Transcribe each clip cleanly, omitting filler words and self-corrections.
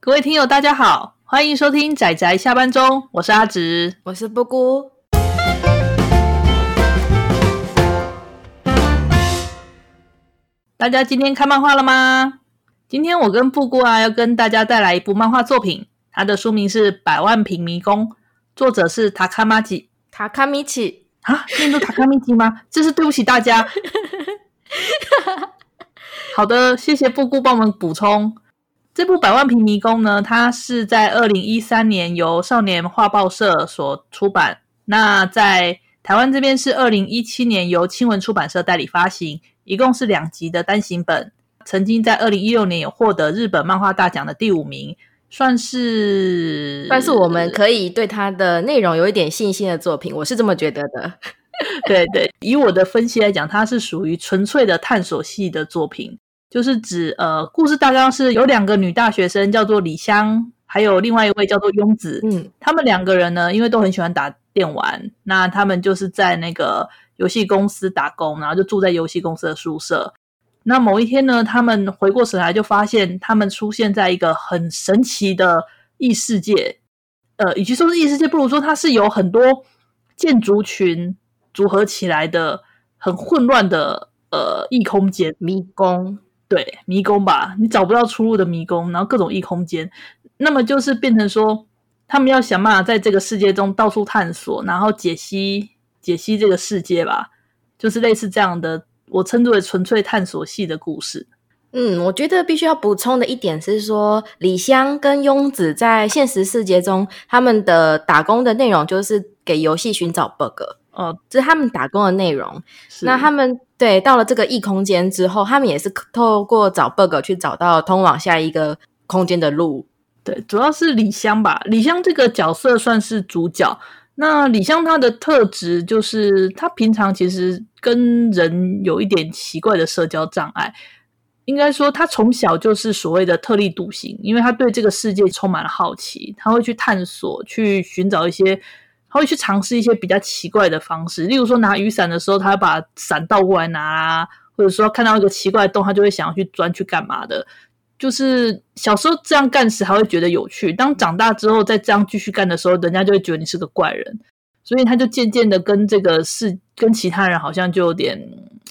各位听友大家好，欢迎收听宅宅下班中，我是阿直， 我是布姑。 大家今天看漫画了吗？今天我跟布姑要跟大家带来一部漫画作品，它的书名是《百万平迷宫》，作者是塔卡马吉。 塔卡米奇啊，念作塔卡米吉吗？真是对不起大家。好的，谢谢布姑帮我们补充。这部《百万平迷宫》呢，它是在2013年由少年画报社所出版，那在台湾这边是2017年由青文出版社代理发行，一共是2集的单行本，曾经在2016年有获得日本漫画大奖的第5名，算是我们可以对它的内容有一点信心的作品，我是这么觉得的。 对对，以我的分析来讲，它是属于纯粹的探索系的作品，就是指故事大纲是有2个女大学生叫做李香，还有另外一位叫做庸子。他们2个人呢，因为都很喜欢打电玩，那他们就是在那个游戏公司打工，然后就住在游戏公司的宿舍。那某一天呢，他们回过神来就发现他们出现在一个很神奇的异世界。与其说是异世界，不如说它是有很多建筑群组合起来的很混乱的异空间。 迷宫， 对，迷宫吧，你找不到出路的迷宫，然后各种异空间。那么就是变成说他们要想办法在这个世界中到处探索，然后解析这个世界吧，就是类似这样的，我称之为纯粹探索系的故事。 我觉得必须要补充的一点是说，李香跟庸子在现实世界中，他们的打工的内容就是给游戏寻找 bug。这是他们打工的内容。那他们到了这个异空间之后，他们也是透过找 bug 去找到通往下一个空间的路。 对，主要是李香吧。李香这个角色算是主角。那李香她的特质就是她平常其实跟人有一点奇怪的社交障碍。应该说她从小就是所谓的特立独行，因为她对这个世界充满了好奇，她会去探索，去寻找一些，她会去尝试一些比较奇怪的方式。例如说拿雨伞的时候，她会把伞倒过来拿啊，或者说看到一个奇怪的洞，她就会想要去钻去干嘛的。就是小时候这样干时还会觉得有趣，当长大之后再这样继续干的时候，人家就会觉得你是个怪人，所以他就渐渐的跟其他人好像就有点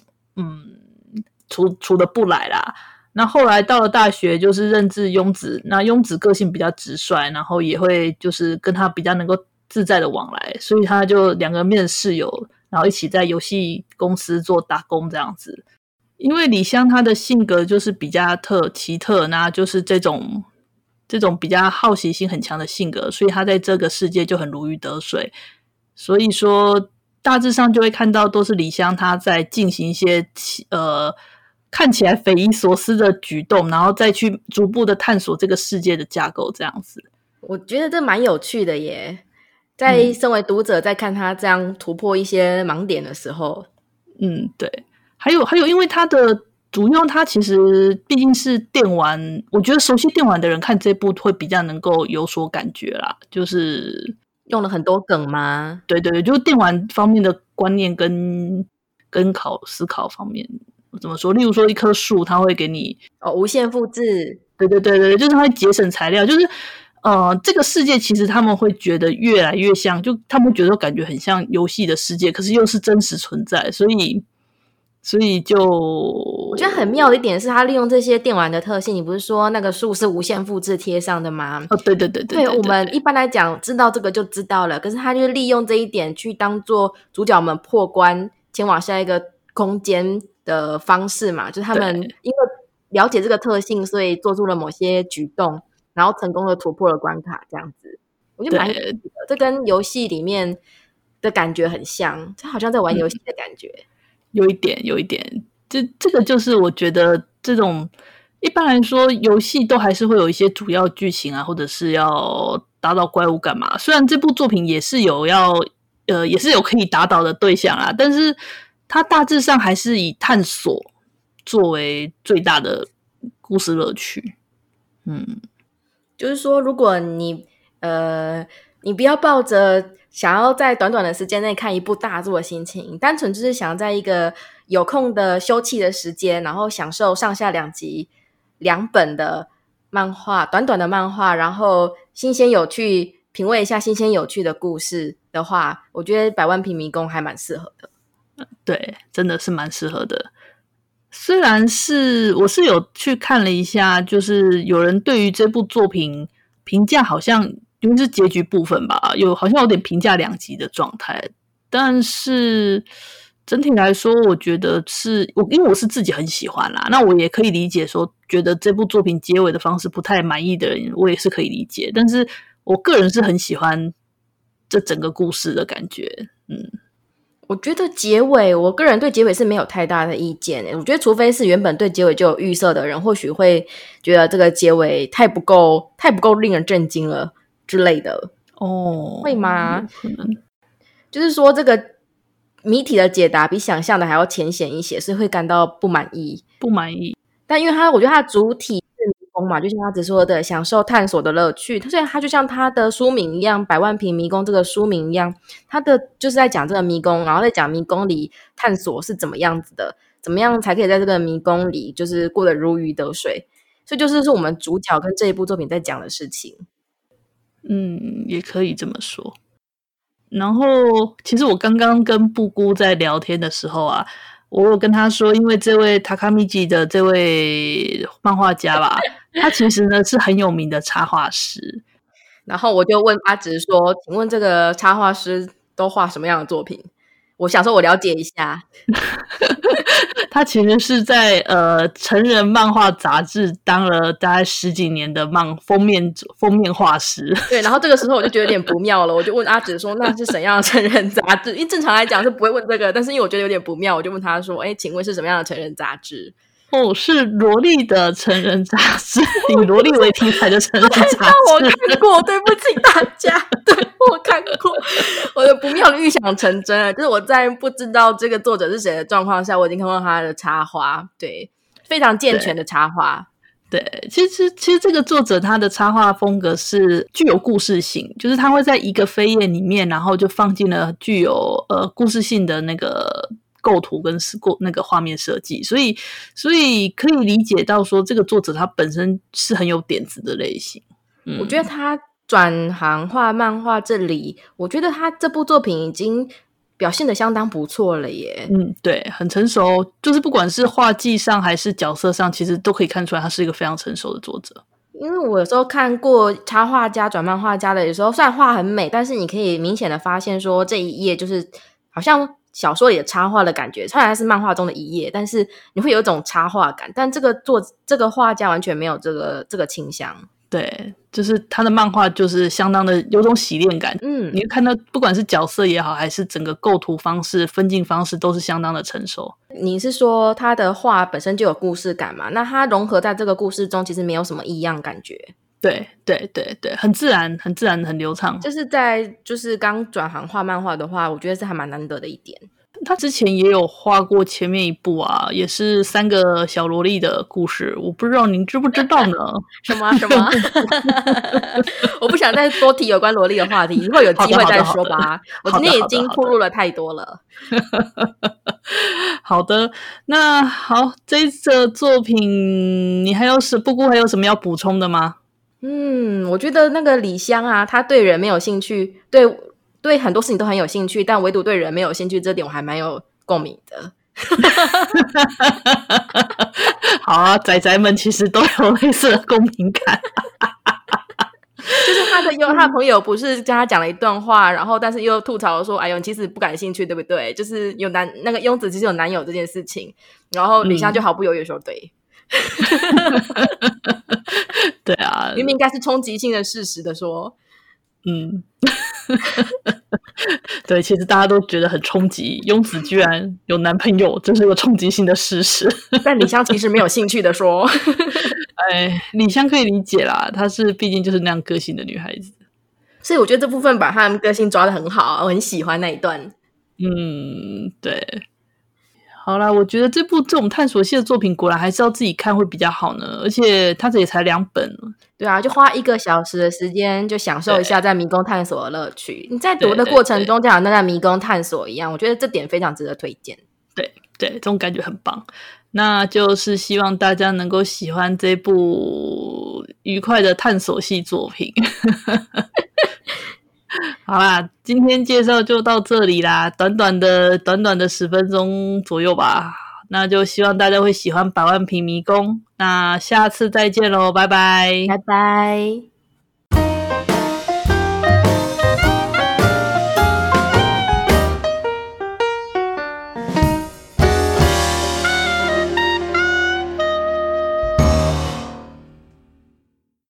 处得不来啦。那后来到了大学，就是认识庸子，那庸子个性比较直率，然后也会就是跟他比较能够自在的往来，所以他就2个人变成室友，然后一起在游戏公司做打工这样子。因为李香她的性格就是比较奇特，那就是这种比较好奇心很强的性格，所以她在这个世界就很如鱼得水。所以说大致上就会看到都是李香她在进行一些看起来匪夷所思的举动，然后再去逐步的探索这个世界的架构这样子。 我觉得这蛮有趣的耶，在身为读者在看他这样突破一些盲点的时候。 对。还有，因为它的主要它其实毕竟是电玩，我觉得熟悉电玩的人看这部会比较能够有所感觉啦，就是用了很多梗吗？ 对，就是电玩方面的观念跟思考方面怎么说？例如说一棵树，它会给你无限复制， 对，就是它会节省材料，就是这个世界其实他们会觉得越来越像，就他们觉得感觉很像游戏的世界，可是又是真实存在，所以就我觉得很妙的一点是他利用这些电玩的特性。你不是说那个树是无限复制贴上的吗？ 对， 我们一般来讲知道这个就知道了，可是他就利用这一点去当做主角们破关前往下一个空间的方式嘛，就是他们因为了解这个特性，所以做出了某些举动，然后成功的突破了关卡这样子。我觉得蛮有趣的，这跟游戏里面的感觉很像，这好像在玩游戏的感觉。 有一点，这个就是我觉得这种一般来说游戏都还是会有一些主要剧情啊，或者是要打倒怪物干嘛。虽然这部作品也是有可以打倒的对象啦，但是它大致上还是以探索作为最大的故事乐趣。 就是说，如果你不要抱着想要在短短的时间内看一部大作的心情，单纯就是想要在一个有空的休憩的时间，然后享受上下2集2本的漫画，短短的漫画，然后新鲜有趣，品味一下新鲜有趣的故事的话，我觉得百万平迷宫还蛮适合的。 对，真的是蛮适合的。虽然我是有去看了一下，就是有人对于这部作品评价好像因为是结局部分吧，好像有点评价两极的状态，但是整体来说我觉得因为我是自己很喜欢啦，那我也可以理解说觉得这部作品结尾的方式不太满意的人，我也是可以理解，但是我个人是很喜欢这整个故事的感觉。 我觉得我个人对结尾是没有太大的意见。我觉得除非是原本对结尾就有预设的人，或许会觉得这个结尾太不够令人震惊了之类的。会吗？ 可能就是说这个谜题的解答比想象的还要浅显一些，所以会感到不满意。但因为我觉得它的主体是迷宫嘛，就像他只说的享受探索的乐趣，所以它就像它的书名一样，百万平迷宫这个书名一样，它的就是在讲这个迷宫，然后在讲迷宫里探索是怎么样子的，怎么样才可以在这个迷宫里就是过得如鱼得水，所以就是我们主角跟这一部作品在讲的事情。 也可以这么说。然后其实我刚刚跟布姑在聊天的时候啊，我有跟他说，因为这位 Takamichi 的这位漫画家吧，他其实呢是很有名的插画师。 然后我就问阿直说，请问这个插画师都画什么样的作品？我想说我了解一下。 他其实是在成人漫画杂志当了大概10几年的封面画师。 对，然后这个时候我就觉得有点不妙了，我就问阿直说那是怎样的成人杂志？因为正常来讲是不会问这个，但是因为我觉得有点不妙，我就问他说请问是什么样的成人杂志？ 是萝莉的成人杂志，以萝莉为题材的成人杂志。 我看过，对不起大家，对，我看过。我的不妙的预想成真了，就是我在不知道这个作者是谁的状况下，我已经看过他的插画，对，非常健全的插画。 对，其实这个作者他的插画风格是具有故事性，就是他会在一个扉页里面，然后就放进了具有故事性的那个构图跟那个画面设计，所以可以理解到说这个作者他本身是很有点子的类型。 我觉得他转行画漫画这里，我觉得他这部作品已经表现得相当不错了耶。 对，很成熟，就是不管是画技上还是角色上，其实都可以看出来他是一个非常成熟的作者。 因为我有时候看过插画家转漫画家的，有时候虽然画很美，但是你可以明显的发现说这一页就是好像小说里的插画的感觉，虽然它是漫画中的一页，但是你会有一种插画感，但这个画家完全没有这个倾向。 对，就是他的漫画就是相当的有种洗练感。你看到不管是角色也好，还是整个构图方式、分镜方式都是相当的成熟。 你是说他的画本身就有故事感嘛？那他融合在这个故事中其实没有什么异样感觉。 对，很自然很流畅。 就是刚转行画漫画的话，我觉得是还蛮难得的一点。 他之前也有画过前面一部啊，也是3个小萝莉的故事，我不知道您知不知道呢？ 什么？我不想再多提有关萝莉的话题，以后有机会再说吧。我今天已经暴露了太多了。 好的，那好，这一则作品你布姑还有什么要补充的吗？ 我觉得那个李湘啊，他对人没有兴趣，对很多事情都很有兴趣，但唯独对人没有兴趣，这点我还蛮有共鸣的。 好啊，宅宅们其实都有类似的共鸣感。 就是他的朋友不是跟他讲了一段话，然后但是又吐槽说：“哎呦，你其实不感兴趣，对不对？”就是那个庸子其实有男友这件事情，然后李湘就毫不犹豫说：“对。” 对啊， 明明应该是冲击性的事实的说。 对，其实大家都觉得很冲击，庸子居然有男朋友，这是个冲击性的事实。 但李湘其实没有兴趣的说。 李湘可以理解啦，她毕竟就是那样个性的女孩子， 所以我觉得这部分把她的个性抓得很好，我很喜欢那一段。 对。好啦，我觉得这种探索系的作品果然还是要自己看会比较好呢，而且它这也才2本。 对啊，就花1个小时的时间就享受一下在迷宫探索的乐趣，你在读的过程中就好像在迷宫探索一样，我觉得这点非常值得推荐。 对，这种感觉很棒。 那就是希望大家能够喜欢这部愉快的探索系作品。好啦，今天介绍就到这里啦，短短的10分钟左右吧。那就希望大家会喜欢百万平迷宫。那下次再见咯，拜拜。 拜拜。